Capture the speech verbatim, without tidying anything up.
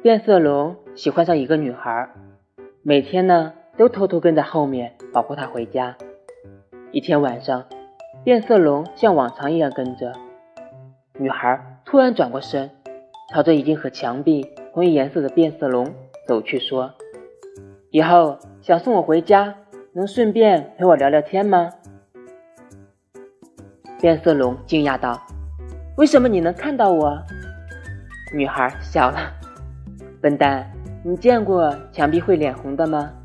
变色龙喜欢上一个女孩，每天呢都偷偷跟在后面保护她回家。一天晚上，变色龙像往常一样跟着女孩，突然转过身，朝着已经和墙壁同一颜色的变色龙走去，说：以后想送我回家，能顺便陪我聊聊天吗？变色龙惊讶道：为什么你能看到我？女孩笑了：笨蛋，你见过墙壁会脸红的吗？